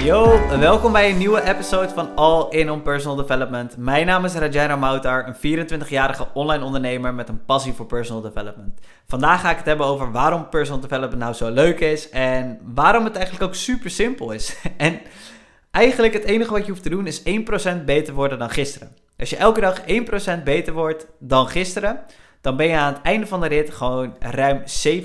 Yo, welkom bij een nieuwe episode van All In on Personal Development. Mijn naam is Rajaira Moutar, een 24-jarige online ondernemer met een passie voor personal development. Vandaag ga ik het hebben over waarom personal development nou zo leuk is en waarom het eigenlijk ook super simpel is. En eigenlijk het enige wat je hoeft te doen is 1% beter worden dan gisteren. Als je elke dag 1% beter wordt dan gisteren, dan ben je aan het einde van de rit gewoon ruim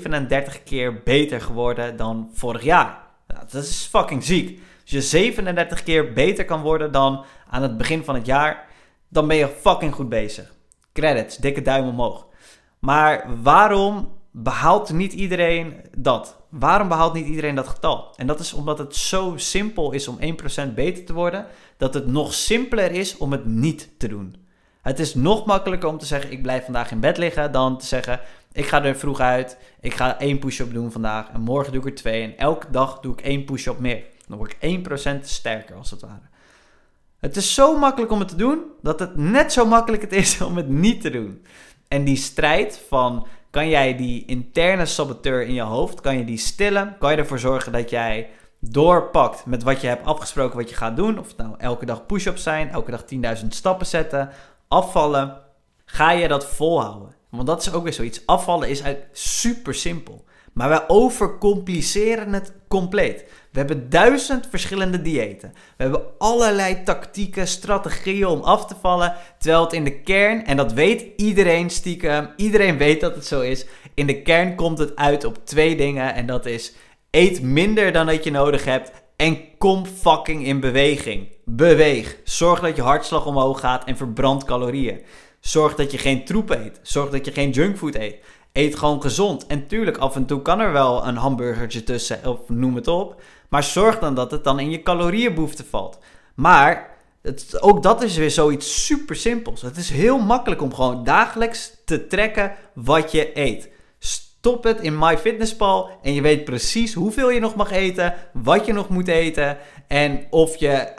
37 keer beter geworden dan vorig jaar. Nou, dat is fucking ziek. Als je 37 keer beter kan worden dan aan het begin van het jaar, dan ben je fucking goed bezig. Credits, dikke duim omhoog. Maar waarom behaalt niet iedereen dat? Waarom behaalt niet iedereen dat getal? En dat is omdat het zo simpel is om 1% beter te worden, dat het nog simpeler is om het niet te doen. Het is nog makkelijker om te zeggen, ik blijf vandaag in bed liggen, dan te zeggen, ik ga er vroeg uit, ik ga 1 push-up doen vandaag en morgen doe ik er 2 en elke dag doe ik 1 push-up meer. Dan word ik 1% sterker als het ware. Het is zo makkelijk om het te doen, dat het net zo makkelijk het is om het niet te doen. En die strijd van, kan jij die interne saboteur in je hoofd, kan je die stillen? Kan je ervoor zorgen dat jij doorpakt met wat je hebt afgesproken wat je gaat doen? Of het nou elke dag push-ups zijn, elke dag 10.000 stappen zetten, afvallen. Ga je dat volhouden? Want dat is ook weer zoiets. Afvallen is eigenlijk super simpel. Maar wij overcompliceren het compleet. We hebben 1000 verschillende diëten. We hebben allerlei tactieken, strategieën om af te vallen. Terwijl het in de kern, en dat weet iedereen stiekem, iedereen weet dat het zo is. In de kern komt het uit op 2 dingen. En dat is, eet minder dan dat je nodig hebt. En kom fucking in beweging. Beweeg. Zorg dat je hartslag omhoog gaat en verbrand calorieën. Zorg dat je geen troep eet. Zorg dat je geen junkfood eet. Eet gewoon gezond. En tuurlijk, af en toe kan er wel een hamburgertje tussen, of noem het op. Maar zorg dan dat het dan in je calorieënbehoefte valt. Maar ook dat is weer zoiets super simpels. Het is heel makkelijk om gewoon dagelijks te tracken wat je eet. Stop het in MyFitnessPal en je weet precies hoeveel je nog mag eten, wat je nog moet eten en of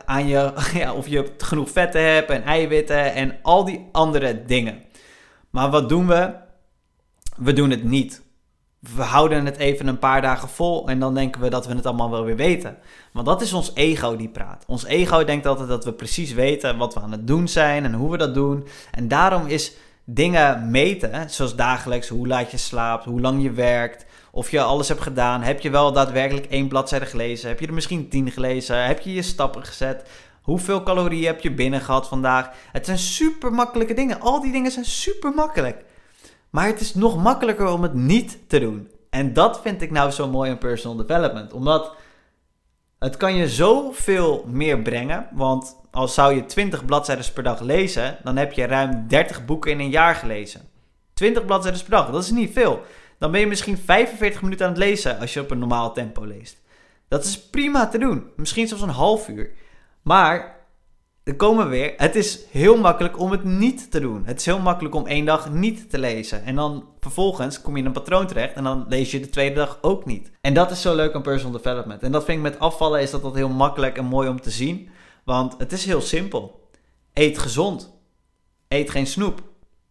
je genoeg vetten hebt en eiwitten en al die andere dingen. Maar wat doen we? We doen het niet. We houden het even een paar dagen vol en dan denken we dat we het allemaal wel weer weten. Want dat is ons ego die praat. Ons ego denkt altijd dat we precies weten wat we aan het doen zijn en hoe we dat doen. En daarom is dingen meten, zoals dagelijks, hoe laat je slaapt, hoe lang je werkt, of je alles hebt gedaan. Heb je wel daadwerkelijk 1 bladzijde gelezen? Heb je er misschien 10 gelezen? Heb je je stappen gezet? Hoeveel calorieën heb je binnen gehad vandaag? Het zijn super makkelijke dingen. Al die dingen zijn super makkelijk. Maar het is nog makkelijker om het niet te doen. En dat vind ik nou zo mooi aan personal development. Omdat het kan je zoveel meer brengen. Want als zou je 20 bladzijden per dag lezen, dan heb je ruim 30 boeken in een jaar gelezen. 20 bladzijden per dag, dat is niet veel. Dan ben je misschien 45 minuten aan het lezen als je op een normaal tempo leest. Dat is prima te doen. Misschien zelfs een half uur. Maar dan komen we weer. Het is heel makkelijk om het niet te doen. Het is heel makkelijk om 1 dag niet te lezen. En dan vervolgens kom je in een patroon terecht en dan lees je de tweede dag ook niet. En dat is zo leuk aan personal development. En dat vind ik met afvallen is dat heel makkelijk en mooi om te zien. Want het is heel simpel. Eet gezond. Eet geen snoep.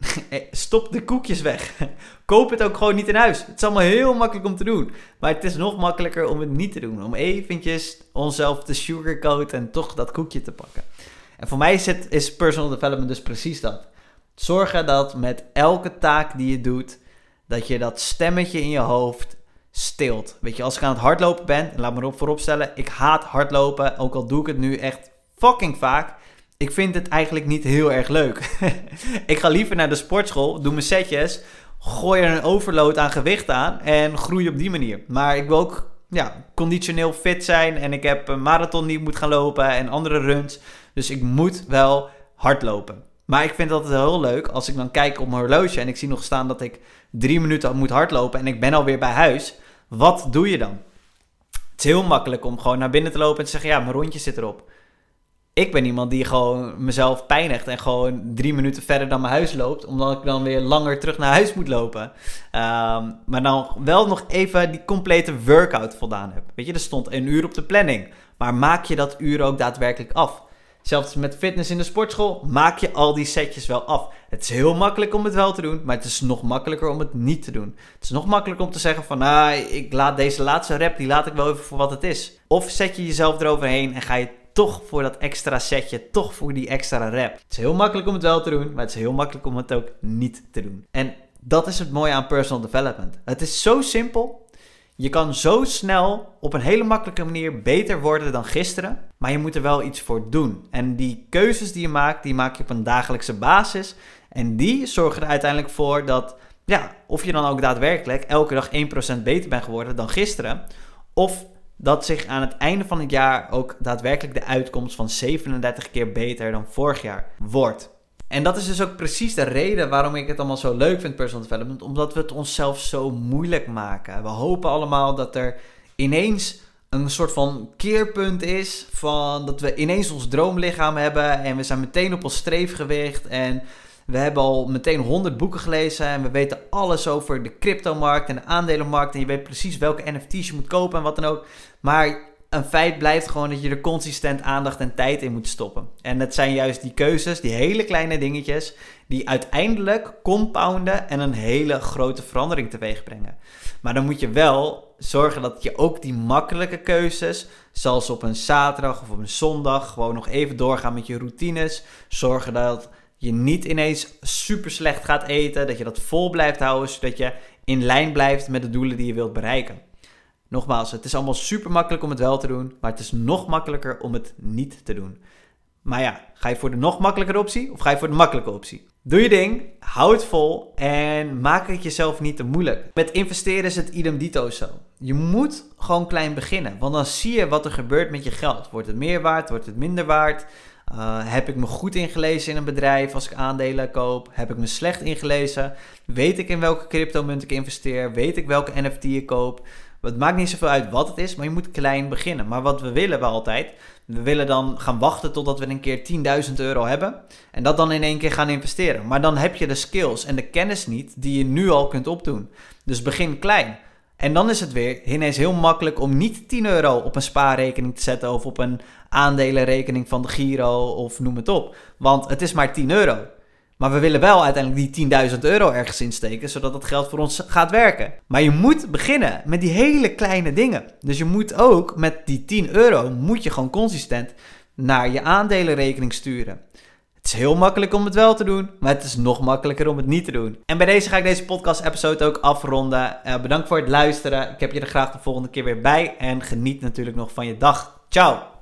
Stop de koekjes weg. Koop het ook gewoon niet in huis. Het is allemaal heel makkelijk om te doen. Maar het is nog makkelijker om het niet te doen. Om eventjes onszelf te sugarcoaten en toch dat koekje te pakken. En voor mij is personal development dus precies dat. Zorgen dat met elke taak die je doet, dat je dat stemmetje in je hoofd stilt. Weet je, als ik aan het hardlopen ben, laat me vooropstellen, ik haat hardlopen. Ook al doe ik het nu echt fucking vaak. Ik vind het eigenlijk niet heel erg leuk. Ik ga liever naar de sportschool, doe mijn setjes, gooi er een overload aan gewicht aan en groei op die manier. Maar ik wil ook conditioneel fit zijn en ik heb een marathon die ik moet gaan lopen en andere runs. Dus ik moet wel hardlopen. Maar ik vind het altijd heel leuk als ik dan kijk op mijn horloge en ik zie nog staan dat ik 3 minuten moet hardlopen en ik ben alweer bij huis. Wat doe je dan? Het is heel makkelijk om gewoon naar binnen te lopen en te zeggen, ja, mijn rondje zit erop. Ik ben iemand die gewoon mezelf pijnigt en gewoon 3 minuten verder dan mijn huis loopt, omdat ik dan weer langer terug naar huis moet lopen. Maar dan wel nog even die complete workout voldaan heb. Weet je, er stond 1 uur op de planning. Maar maak je dat uur ook daadwerkelijk af? Zelfs met fitness in de sportschool maak je al die setjes wel af. Het is heel makkelijk om het wel te doen, maar het is nog makkelijker om het niet te doen. Het is nog makkelijker om te zeggen van, ik laat deze laatste rep, die laat ik wel even voor wat het is. Of zet je jezelf eroverheen en ga je toch voor dat extra setje, toch voor die extra rep. Het is heel makkelijk om het wel te doen, maar het is heel makkelijk om het ook niet te doen. En dat is het mooie aan personal development. Het is zo simpel. Je kan zo snel op een hele makkelijke manier beter worden dan gisteren, maar je moet er wel iets voor doen. En die keuzes die je maak je op een dagelijkse basis. En die zorgen er uiteindelijk voor dat, of je dan ook daadwerkelijk elke dag 1% beter bent geworden dan gisteren, of dat zich aan het einde van het jaar ook daadwerkelijk de uitkomst van 37 keer beter dan vorig jaar wordt. En dat is dus ook precies de reden waarom ik het allemaal zo leuk vind, personal development. Omdat we het onszelf zo moeilijk maken. We hopen allemaal dat er ineens een soort van keerpunt is. Van dat we ineens ons droomlichaam hebben. En we zijn meteen op ons streefgewicht. En we hebben al meteen 100 boeken gelezen. En we weten alles over de cryptomarkt en de aandelenmarkt. En je weet precies welke NFT's je moet kopen en wat dan ook. Maar een feit blijft gewoon dat je er consistent aandacht en tijd in moet stoppen. En dat zijn juist die keuzes, die hele kleine dingetjes, die uiteindelijk compounden en een hele grote verandering teweeg brengen. Maar dan moet je wel zorgen dat je ook die makkelijke keuzes, zoals op een zaterdag of op een zondag, gewoon nog even doorgaan met je routines. Zorgen dat je niet ineens super slecht gaat eten, dat je dat vol blijft houden, zodat je in lijn blijft met de doelen die je wilt bereiken. Nogmaals, het is allemaal super makkelijk om het wel te doen, maar het is nog makkelijker om het niet te doen. Maar ga je voor de nog makkelijkere optie of ga je voor de makkelijke optie? Doe je ding, hou het vol en maak het jezelf niet te moeilijk. Met investeren is het idem dito zo. Je moet gewoon klein beginnen, want dan zie je wat er gebeurt met je geld. Wordt het meer waard, wordt het minder waard? Heb ik me goed ingelezen in een bedrijf als ik aandelen koop? Heb ik me slecht ingelezen? Weet ik in welke cryptomunt ik investeer? Weet ik welke NFT ik koop? Het maakt niet zoveel uit wat het is, maar je moet klein beginnen. Maar wat we willen altijd, we willen dan gaan wachten totdat we een keer 10.000 euro hebben. En dat dan in één keer gaan investeren. Maar dan heb je de skills en de kennis niet die je nu al kunt opdoen. Dus begin klein. En dan is het weer ineens heel makkelijk om niet 10 euro op een spaarrekening te zetten of op een aandelenrekening van de Giro of noem het op. Want het is maar 10 euro. Maar we willen wel uiteindelijk die 10.000 euro ergens insteken, zodat dat geld voor ons gaat werken. Maar je moet beginnen met die hele kleine dingen. Dus je moet ook met die 10 euro, moet je gewoon consistent naar je aandelenrekening sturen. Het is heel makkelijk om het wel te doen, maar het is nog makkelijker om het niet te doen. En bij deze ga ik deze podcast-episode ook afronden. Bedankt voor het luisteren. Ik heb je er graag de volgende keer weer bij. En geniet natuurlijk nog van je dag. Ciao!